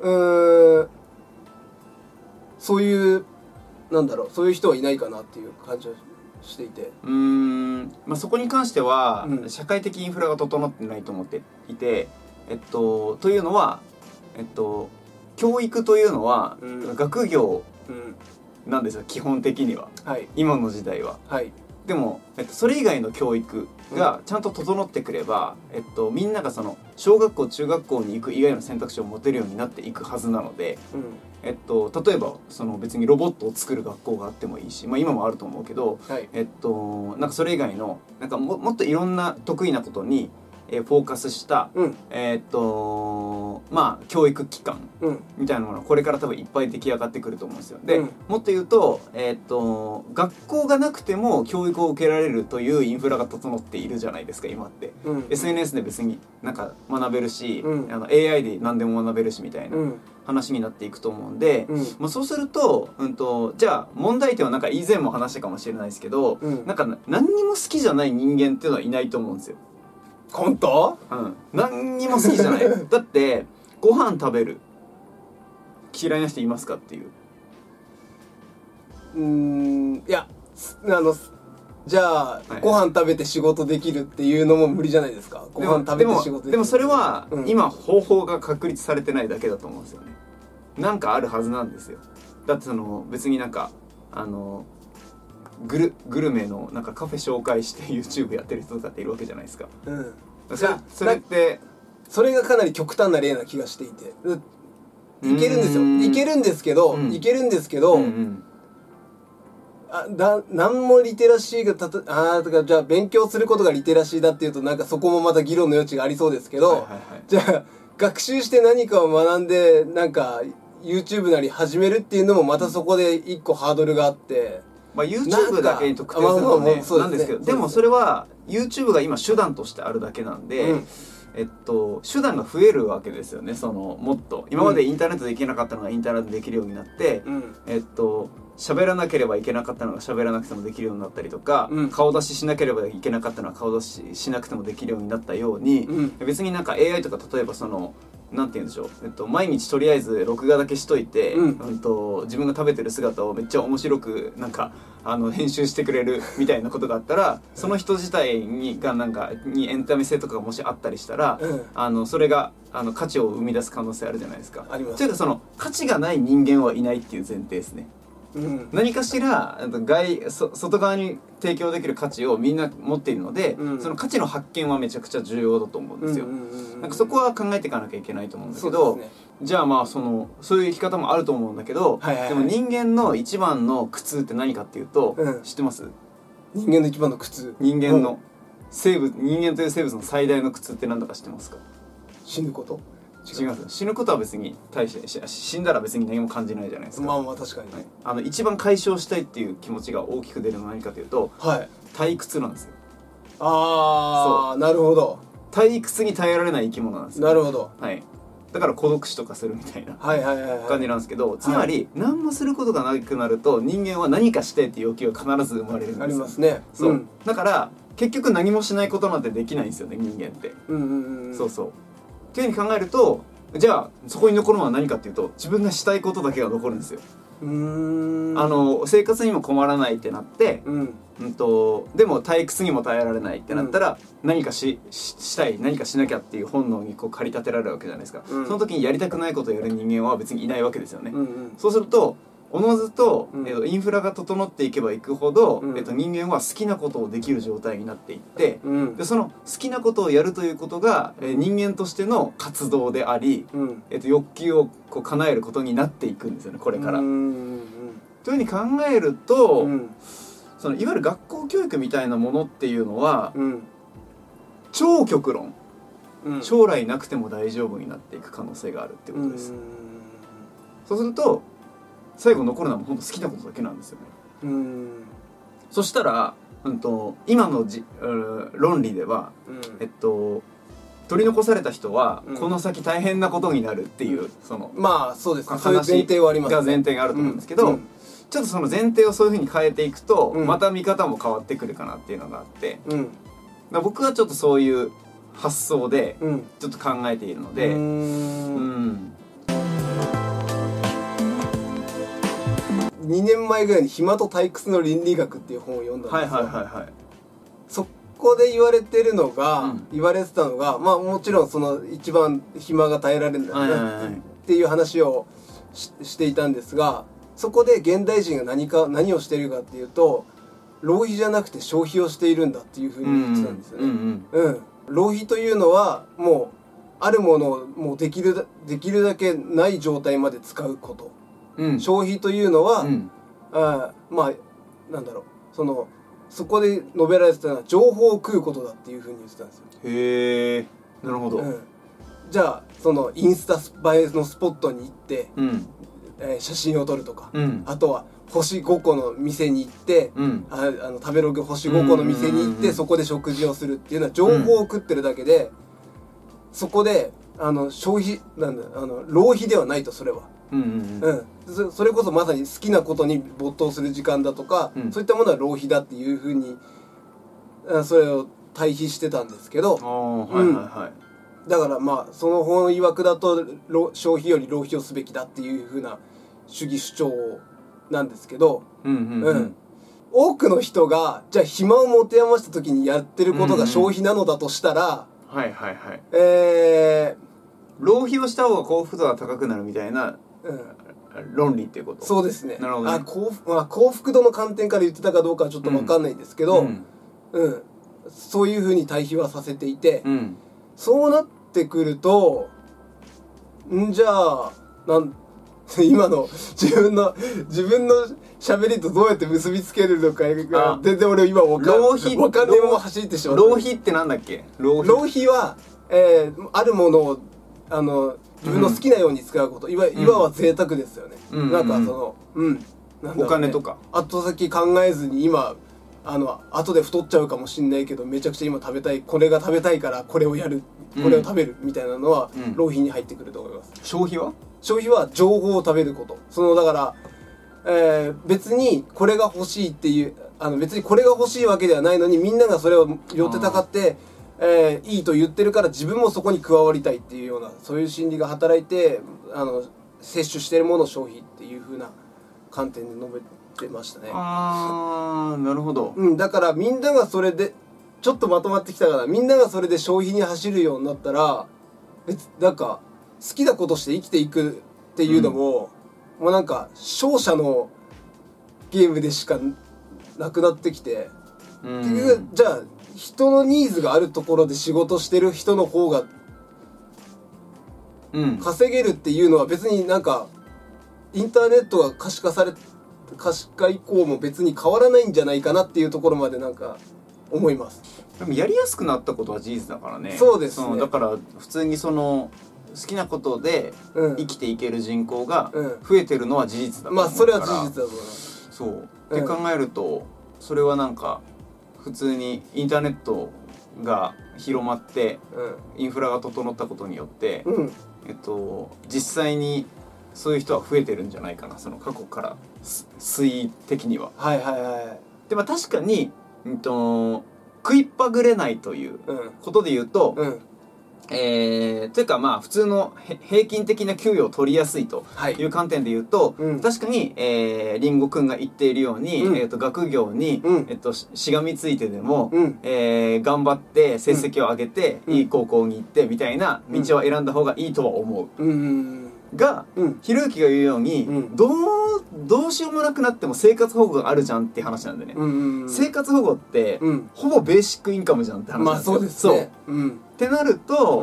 そういうそういう人はいないかなっていう感じはしていて、 そこに関しては、社会的インフラが整ってないと思っていて、というのは教育というのは、学業なんですよ、基本的には、今の時代は。でも、それ以外の教育がちゃんと整ってくれば、みんなが小学校中学校に行く以外の選択肢を持てるようになっていくはずなので、例えば別にロボットを作る学校があってもいいし、今もあると思うけど、なんかそれ以外のなんかもっといろんな得意なことにフォーカスした、教育機関みたいなものがこれから多分いっぱい出来上がってくると思うんですよ。で、もっと言うと、学校がなくても教育を受けられるというインフラが整っているじゃないですか、今って。SNS で別になんか学べるし、AI で何でも学べるしみたいな話になっていくと思うんで、そうすると、じゃあ問題点はなんか以前も話したかもしれないですけど、なんか何にも好きじゃない人間っていうのはいないと思うんですよ。 本当？ 何にも好きじゃないだってご飯食べる、 嫌いな人いますかっていう。 いやじゃあ、ご飯食べて仕事できるっていうのも無理じゃないですか。ご飯食べて仕事できる。 でもそれは、今方法が確立されてないだけだと思うんですよね。なんかあるはずなんですよ。だって別になんかグルメのなんかカフェ紹介して YouTube やってる人とかっているわけじゃないですか。それってそれがかなり極端な例な気がしていて、いけるんですよ。いけるんですけど、何もリテラシーがだからじゃあ勉強することがリテラシーだっていうとなんかそこもまた議論の余地がありそうですけど、じゃあ学習して何かを学んでなんか YouTube なり始めるっていうのもまたそこで一個ハードルがあって、 YouTube だけに特定するのねなんですけど、でもそれは YouTube が今手段としてあるだけなんで、手段が増えるわけですよね。もっと今までインターネットできなかったのがインターネットできるようになって、喋らなければいけなかったのが喋らなくてもできるようになったりとか、顔出ししなければいけなかったのは顔出ししなくてもできるようになったように、別になんか AI とか例えばなんて言うんでしょう、毎日とりあえず録画だけしといて、自分が食べてる姿をめっちゃ面白くなんか編集してくれるみたいなことがあったら、その人自体がなんかにエンタメ性とかがもしあったりしたら、それが価値を生み出す可能性あるじゃないですか。 あります。 というか価値がない人間はいないっていう前提ですね。何かしら外側に提供できる価値をみんな持っているので、その価値の発見はめちゃくちゃ重要だと思うんですよ。なんかそこは考えていかなきゃいけないと思うんだけど、じゃあそういう生き方もあると思うんだけど、でも人間の一番の苦痛って何かっていうと、知ってます？ 人間の一番の苦痛、 人間という生物の最大の苦痛って何だか知ってますか？ 死ぬこと？ 違います。死ぬことは別に大して死んだら別に何も感じないじゃないですか。 確かに、 一番解消したいっていう気持ちが大きく出るのは何かというと、退屈なんですよ。 なるほど。 退屈に耐えられない生き物なんですよ。 なるほど。 だから孤独死とかするみたいな感じなんですけど、つまり何もすることがなくなると人間は何かしてっていう欲求が必ず生まれるんですよ。 ありますね。 だから結局何もしないことなんてできないんですよね、人間って。っていうふうに考えると、じゃあそこに残るのは何かっていうと、自分がしたいことだけが残るんですよ。生活にも困らないってなって、でも退屈にも耐えられないってなったら、何かしたい、何かしなきゃっていう本能に駆り立てられるわけじゃないですか。その時にやりたくないことをやる人間は別にいないわけですよね。そうするとおのずと、インフラが整っていけばいくほど、人間は好きなことをできる状態になっていって、でその好きなことをやるということが、人間としての活動であり、欲求を叶えることになっていくんですよね、これから。というふうに考えると、いわゆる学校教育みたいなものっていうのは、超極論、将来なくても大丈夫になっていく可能性があるってことです。そうすると最後残るのは本当好きなことだけなんですよね。そしたら、今の論理では、取り残された人はこの先大変なことになるっていう、 そうですね、そういう前提はありますね。 前提があると思うんですけど、ちょっとその前提をそういうふうに変えていくと、また見方も変わってくるかなっていうのがあって、僕はちょっとそういう発想でちょっと考えているので、 2年前ぐらいに暇と退屈の倫理学っていう本を読んだんですよ。そこで言われてたのが、もちろんその一番暇が耐えられないっていう話をしていたんですが、そこで現代人が何をしているかっていうと、浪費じゃなくて消費をしているんだっていうふうに言ってたんですよね。浪費というのはもうあるものをもうできるだけない状態まで使うこと。消費というのは、なんだろう、そこで述べられてたのは情報を食うことだっていうふうに言ってたんですよ。 へえ、なるほど。 じゃあインスタ映えのスポットに行って、写真を撮るとか、あとは星5個の店に行って、食べログ星5個の店に行ってそこで食事をするっていうのは情報を食ってるだけで、そこで消費浪費ではないと。それはそれこそまさに好きなことに没頭する時間だとか、そういったものは浪費だっていうふうにそれを対比してたんですけど、 だからまあその本曰くだと消費より浪費をすべきだっていう風な主義主張なんですけど、多くの人がじゃあ暇を持て余した時にやってることが消費なのだとしたら、 浪費をした方が幸福度が高くなるみたいな、論理っていうこと。 そうですね。 なるほどね。 幸福度の観点から言ってたかどうかはちょっと分かんないですけど、そういう風に対比はさせていて、そうなってくるとじゃあ今の自分の喋りとどうやって結びつけるのかが全然俺今分かんないまま走ってしまう。 浪費ってなんだっけ？ 浪費は、あるものを自分の好きなように使うこと、いわば贅沢ですよね。なんかそのお金とか後先考えずに今後で太っちゃうかもしんないけどめちゃくちゃ今食べたい、これが食べたいからこれをやる、これを食べるみたいなのは浪費に入ってくると思います。 消費は情報を食べること。だから、別にこれが欲しいっていう別にこれが欲しいわけではないのにみんながそれを寄ってたかっていいと言ってるから自分もそこに加わりたいっていうようなそういう心理が働いて摂取してるものを消費っていう風な観点で述べてましたね。 なるほど。 だからみんながそれでちょっとまとまってきたからみんながそれで消費に走るようになったらなんか好きなことして生きていくっていうのも、もうなんか勝者のゲームでしかなくなってきて、結局じゃあ人のニーズがあるところで仕事してる人の方が稼げるっていうのは別になんかインターネットが可視化以降も別に変わらないんじゃないかなっていうところまでなんか思います。 でもやりやすくなったことは事実だからね。 そうですね。 だから普通に好きなことで生きていける人口が増えてるのは事実だと思うから、 それは事実だと思います。 そうって考えるとそれはなんか普通にインターネットが広まってインフラが整ったことによって実際にそういう人は増えてるんじゃないかな、その過去から推移的には。でも確かに食いっぱぐれないということで言うと、というかまあ普通の平均的な給与を取りやすいという観点で言うと、確かにりんごくんが言っているように、学業に、しがみついてでも、頑張って成績を上げて、いい高校に行ってみたいな道を選んだ方がいいとは思う。が、ひろゆきが言うように、どうしようもなくなっても生活保護があるじゃんって話なんでね。生活保護って、ほぼベーシックインカムじゃんって話なんですよ。 そうですね。 ってなると、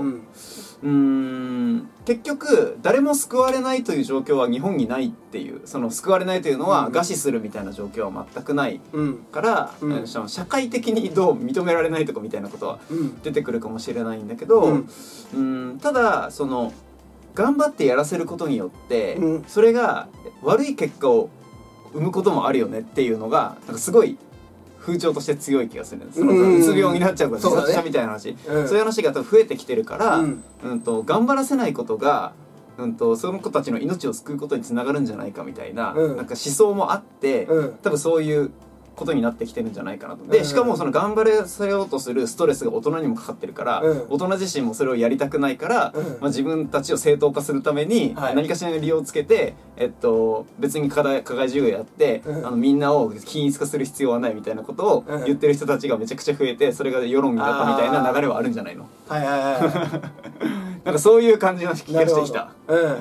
結局誰も救われないという状況は日本にないっていう、その救われないというのは餓死するみたいな状況は全くないから、社会的にどう認められないとかみたいなことは出てくるかもしれないんだけど、ただ頑張ってやらせることによって、それが悪い結果を生むこともあるよねっていうのがなんかすごい風潮として強い気がするんです。うつ病になっちゃうから自殺者みたいな話、そういう話が増えてきてるから、頑張らせないことが、その子たちの命を救うことにつながるんじゃないかみたいな、なんか思想もあって、多分そういうことになってきてるんじゃないかなと。でしかもその頑張らせようとするストレスが大人にもかかってるから、大人自身もそれをやりたくないから、自分たちを正当化するために何かしらの理由をつけて、別に課外授業やって、みんなを均一化する必要はないみたいなことを言ってる人たちがめちゃくちゃ増えて、それが世論になったみたいな流れはあるんじゃないの？なんかそういう感じの気がしてきた。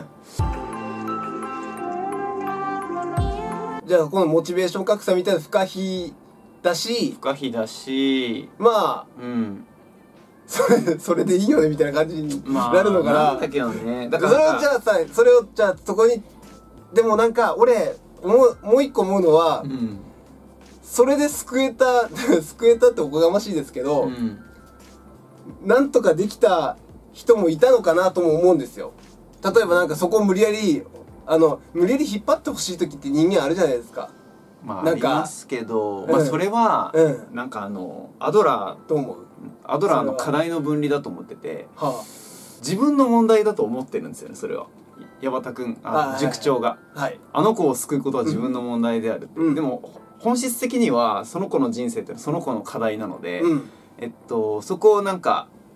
じゃあこのモチベーション格差みたいな不可避だしまあそれでいいよねみたいな感じになるのかな。 なんだけどね。 だからそれをじゃあそこにでもなんか俺もう一個思うのは、それで救えたっておこがましいですけど、なんとかできた人もいたのかなとも思うんですよ。例えばなんかそこを無理やり引っ張ってほしい時って人間あるじゃないですか。 ありますけど、それは、なんかアドラーの課題の分離だと思ってて、自分の問題だと思ってるんですよね。それは矢端君塾長が、あの子を救うことは自分の問題であるって、でも本質的にはその子の人生ってその子の課題なので、そこをなんか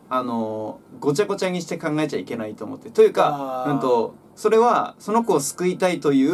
ごちゃごちゃにして考えちゃいけないと思って。というか、それはその子を救いたいという、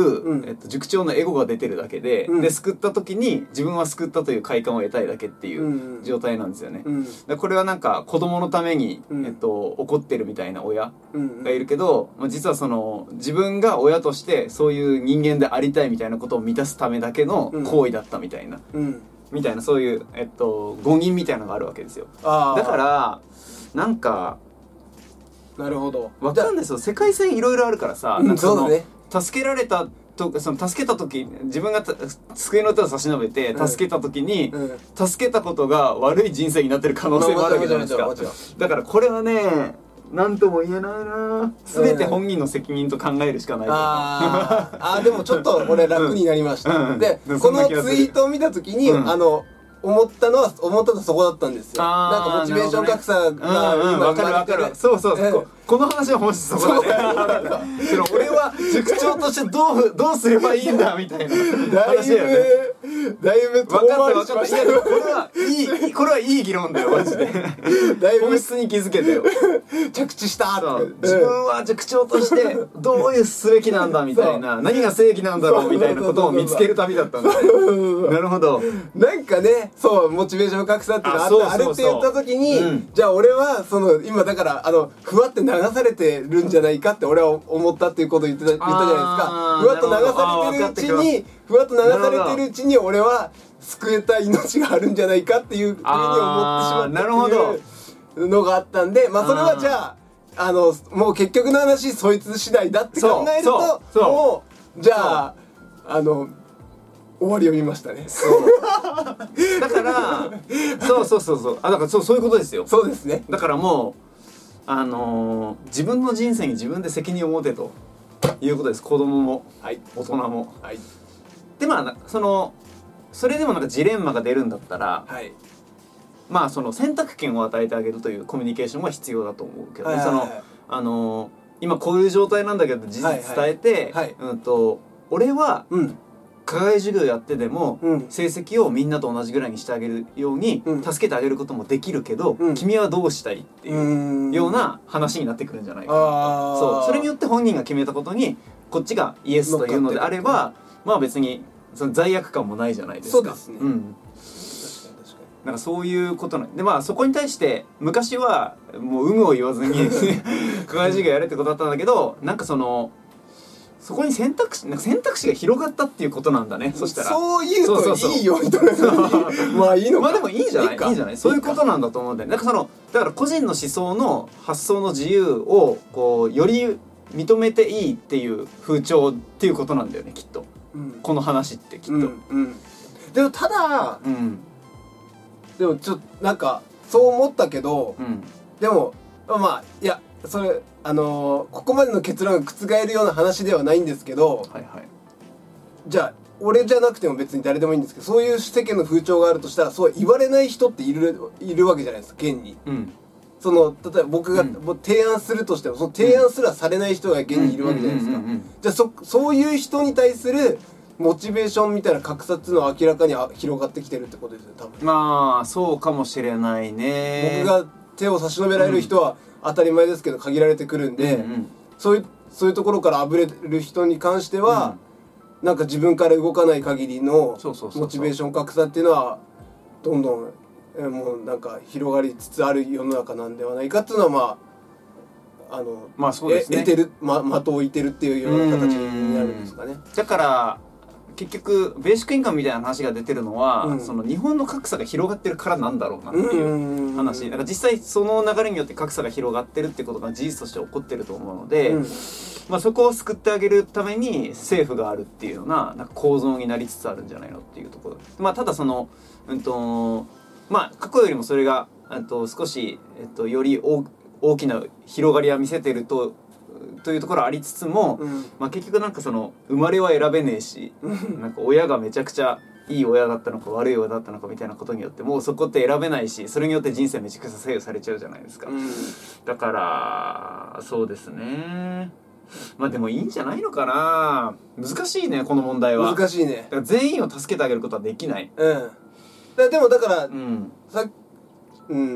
塾長のエゴが出てるだけで、で救った時に自分は救ったという快感を得たいだけっていう状態なんですよね。これはなんか子供のために、怒ってるみたいな親がいるけど、実はその自分が親としてそういう人間でありたいみたいなことを満たすためだけの行為だったみたいな、そういう、誤認みたいなのがあるわけですよ。だからなんかなるほど。 わかんないですよ。世界線いろいろあるからさ、 そうだね。 助けられたと、その助けた時、自分が机の手を差し伸べて助けた時に、助けたことが悪い人生になってる可能性もあるわけじゃないですか。だからこれはね、なんとも言えないな。全て本人の責任と考えるしかないでもちょっと俺楽になりました。で、このツイートを見た時に、思ったのはそこだったんですよ。なんかモチベーション格差が今わかるわかる。そうそうそう。この話は本質そこだね。俺は塾長としてどうすればいいんだみたいな話だよね。 だいぶ分かった分かった。いやでもこれはいい議論だよマジで。だいぶ本質に気づけてよ。 着地したって自分は塾長としてどういうすべきなんだみたいな、何が正義なんだろうみたいなことを見つける旅だったんだね。なるほど。 なんかね、そうモチベーション格差っていうのがあるって言った時に、じゃあ俺はその今だからふわって流されてるんじゃないかって俺は思ったっていうことを言ったじゃないですか。ふわっと流されてるうちに俺は救えた命があるんじゃないかっていうふうに思ってしまったっていうのがあったんで、まあそれはじゃあもう結局の話そいつ次第だって考えると、もうじゃあ終わりを見ましたね。 だからそうだからそういうことですよ。 そうですね。 だからもう自分の人生に自分で責任を持てということです。子供も、大人も。でそれでもなんかジレンマが出るんだったら、まあその選択権を与えてあげるというコミュニケーションは必要だと思うけど、今こういう状態なんだけど事実伝えて、俺は課外授業やってでも成績をみんなと同じぐらいにしてあげるように助けてあげることもできるけど、君はどうしたいっていうような話になってくるんじゃないかなと。それによって本人が決めたことにこっちがイエスというのであれば、まあ別にその罪悪感もないじゃないですか。 そうですね。 なんかそういうことなんで、まあそこに対して昔はもう有無を言わずに課外授業やれってことだったんだけど、なんかそこに選択肢が広がったっていうことなんだね。そしたらそういうといいよみたいな。まあいいのか。 まあでもいいんじゃない。そういうことなんだと思うんだよ。なんかだから個人の思想の発想の自由をこうより認めていいっていう風潮っていうことなんだよねきっと。この話ってきっと。 でもただ、でもちょっとなんかそう思ったけど、でもまあいやそれここまでの結論が覆るような話ではないんですけど、じゃあ俺じゃなくても別に誰でもいいんですけど、そういう世間の風潮があるとしたらそう言われない人っているわけじゃないですか現に。例えば僕が提案するとしてもその提案すらされない人が現にいるわけじゃないですか。じゃあそういう人に対するモチベーションみたいな格差っていうのは明らかに広がってきてるってことですよ多分。 まあそうかもしれないね。 僕が手を差し伸べられる人は当たり前ですけど限られてくるんで、そういうところからあぶれる人に関しては、なんか自分から動かない限りのモチベーション格差っていうのはどんどんもうなんか広がりつつある世の中なんではないかっていうのはまあそうですね。 得てる的を置いてるっていうような形になるんですかね。 だから結局ベーシックインカムみたいな話が出てるのは、その日本の格差が広がってるからなんだろうなっていう話。だから実際その流れによって格差が広がってるってことが事実として起こってると思うので、まあそこを救ってあげるために政府があるっていうようななんか構造になりつつあるんじゃないのっていうところ。まあただまあ過去よりもそれが少しより大きな広がりは見せてるというところはありつつも、まあ結局なんか生まれは選べねえし、なんか親がめちゃくちゃいい親だったのか悪い親だったのかみたいなことによってもうそこって選べないし、それによって人生めちゃくちゃ左右されちゃうじゃないですか。だからそうですね。まあでもいいんじゃないのかな。難しいねこの問題は。 難しいね。 だから全員を助けてあげることはできない。 でもだから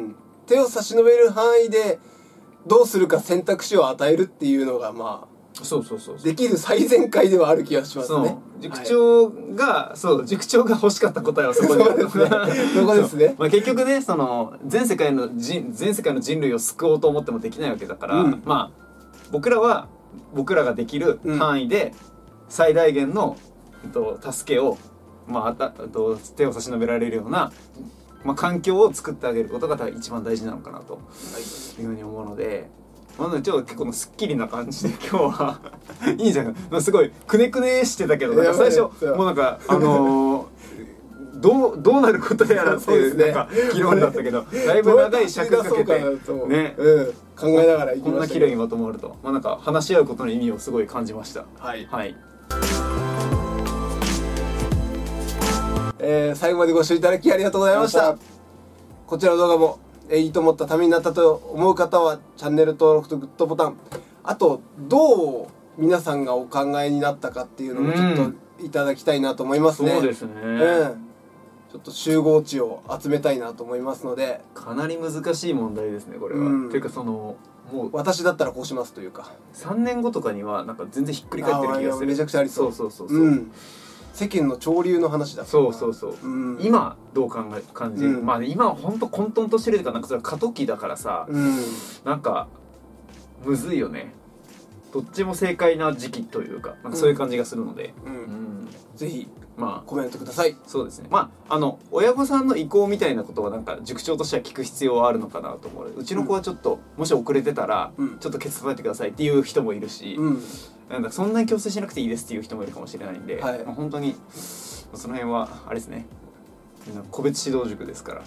手を差し伸べる範囲でどうするか選択肢を与えるっていうのがまあそうできる最善解ではある気がしますね。 塾長が、塾長が欲しかった答えはそこにあるそこですね。 まあ結局ね、全世界の人類を救おうと思ってもできないわけだから、まあ僕らができる範囲で最大限の助けを、まあ手を差し伸べられるような、まあ、環境を作ってあげることが一番大事なのかなというふうに思うので。ちょっと結構すっきりな感じで今日はいいじゃん。すごいくねくねしてたけど、なんか最初もうなんかどうなることやらっていうなんか議論だったけど、だいぶ長い尺かけてね、 考えながらこんな綺麗にまとまると、まあなんか話し合うことの意味をすごい感じました。 はい。最後までご視聴いただきありがとうございました。こちらの動画もいいと思ったためになったと思う方はチャンネル登録とグッドボタン、あとどう皆さんがお考えになったかっていうのもちょっといただきたいなと思いますね。 そうですね、 ちょっと集合値を集めたいなと思いますので、 かなり難しい問題ですねこれは。というかもう私だったらこうしますというか、 3年後とかにはなんか全然ひっくり返ってる気がする。 めちゃくちゃありそう。世間の潮流の話だ。今どう感じる、まあ今は本当混沌としてるというか、なんかそれは過渡期だからさ、なんかむずいよね。どっちも正解な時期というか、なんかそういう感じがするので、 ぜひまあコメントください。 そうですね。まあ親御さんの意向みたいなことはなんか塾長としては聞く必要はあるのかなと思う。うちの子はちょっと、もし遅れてたらちょっとケツ叩いてくださいっていう人もいるし、なんだそんなに強制しなくていいですっていう人もいるかもしれないんで、まあ本当にその辺はあれですね。個別指導塾ですから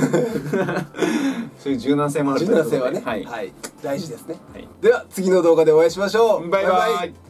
そういう柔軟性もあるということで。 柔軟性はね、大事ですね。では次の動画でお会いしましょう。 バイバイ。